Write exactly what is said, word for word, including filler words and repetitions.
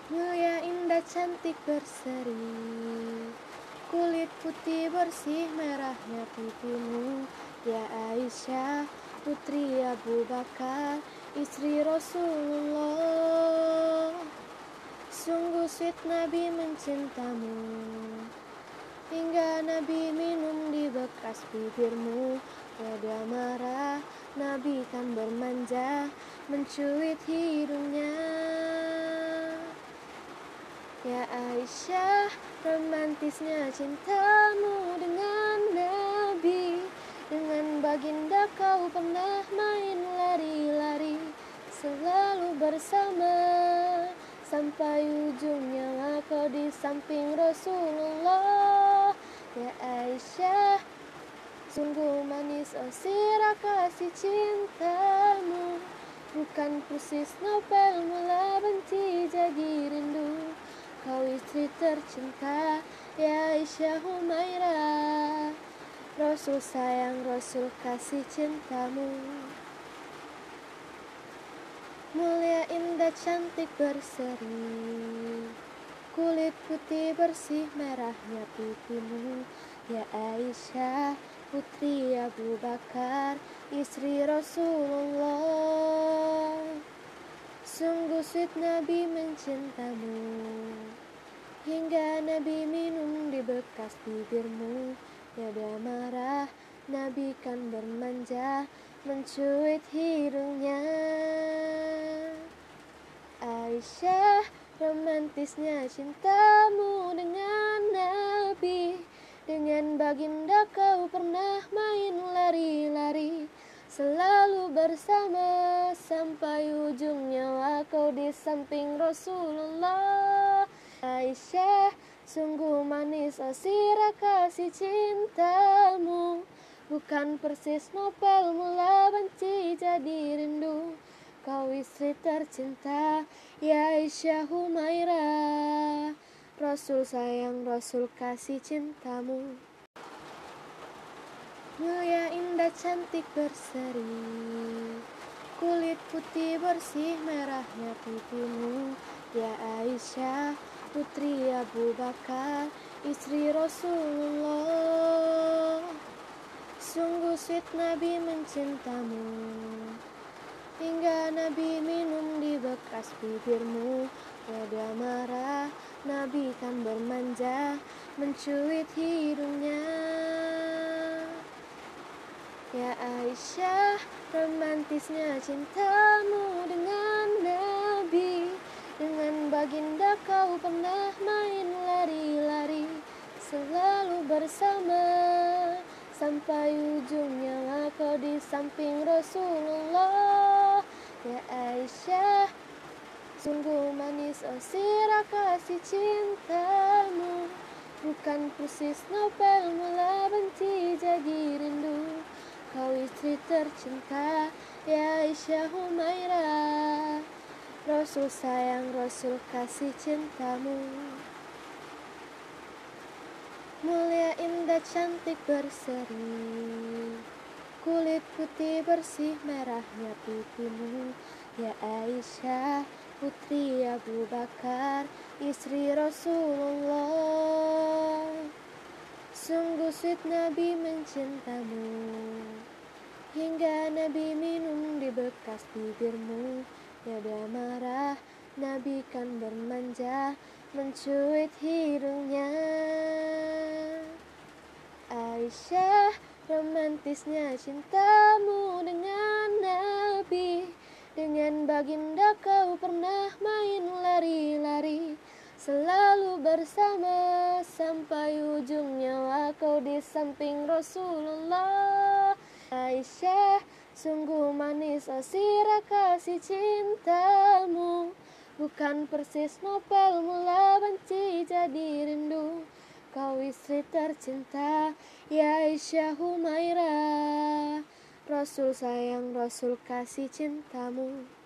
Mulia indah cantik berseri, kulit putih bersih merahnya pipimu. Ya Aisyah putri Abu Bakar, istri Rasulullah. Sungguh sweet Nabi mencintamu, hingga Nabi minum di bekas bibirmu. Ya dia marah, Nabi kan bermanja, mencuit hidungnya. Ya Aisyah, romantisnya cintamu dengan Nabi. Dengan baginda kau pernah main lari-lari, selalu bersama, sampai ujung nyawa kau di samping Rasulullah. Ya Aisyah, sungguh manis oh sirah kasih cintamu, bukan persis novel mula benci jadi rindu. Kau istri tercinta, ya Aisyah Humairah. Rasul sayang, Rasul kasih cintamu. Mulia indah cantik berseri, kulit putih bersih merahnya pipimu. Ya Aisyah putri Abu Bakar, istri Rasulullah. Sungguh sweet Nabi mencintamu, hingga Nabi minum di bekas bibirmu. Ya dia marah, Nabi kan bermanja, mencuit hidungnya. Aisyah, romantisnya cintamu dengan Nabi. Dengan baginda kau pernah main lari-lari, selalu bersama, sampai ujung nyawa kau di samping Rasulullah. Aisyah, sungguh manis oh sirah kasih cintamu, bukan persis novel mula benci jadi rindu. Kau istri tercinta, ya Aisyah Humairah. Rasul sayang, Rasul kasih cintamu. Mulia indah cantik berseri, kulit putih bersih merahnya pipimu. Ya Aisyah putri Abu Bakar, istri Rasulullah. Sungguh sweet Nabi mencintamu, hingga Nabi minum di bekas bibirmu. Ya dia marah, Nabi kan bermanja, mencuit hidungnya. Ya Aisyah, romantisnya cintamu dengan Nabi. Dengan baginda kau pernah main lari-lari, selalu bersama, sampai ujung nyawa kau di samping Rasulullah. Ya Aisyah, sungguh manis oh sirah kasih cintamu, bukan persis novel mula benci jadi rindu. Kau istri tercinta, ya Aisyah Humairah. Rasul sayang, Rasul kasih cintamu. Mulia indah cantik berseri, kulit putih bersih merahnya pipimu. Ya Aisyah putri Abu Bakar, istri Rasulullah. Sungguh sweet Nabi mencintamu, hingga Nabi minum di bekas bibirmu. Ya dia marah, Nabi kan bermanja, mencuit hidungnya. Aisyah, romantisnya cintamu dengan Nabi. Dengan baginda kau pernah main lari-lari, selalu bersama, sampai ujung nyawa kau di samping Rasulullah. Aisyah, sungguh manis oh sirah kasih cintamu, bukan persis novel mula benci jadi rindu. Kau istri tercinta, ya Aisyah Humairah. Rasul sayang, Rasul kasih cintamu.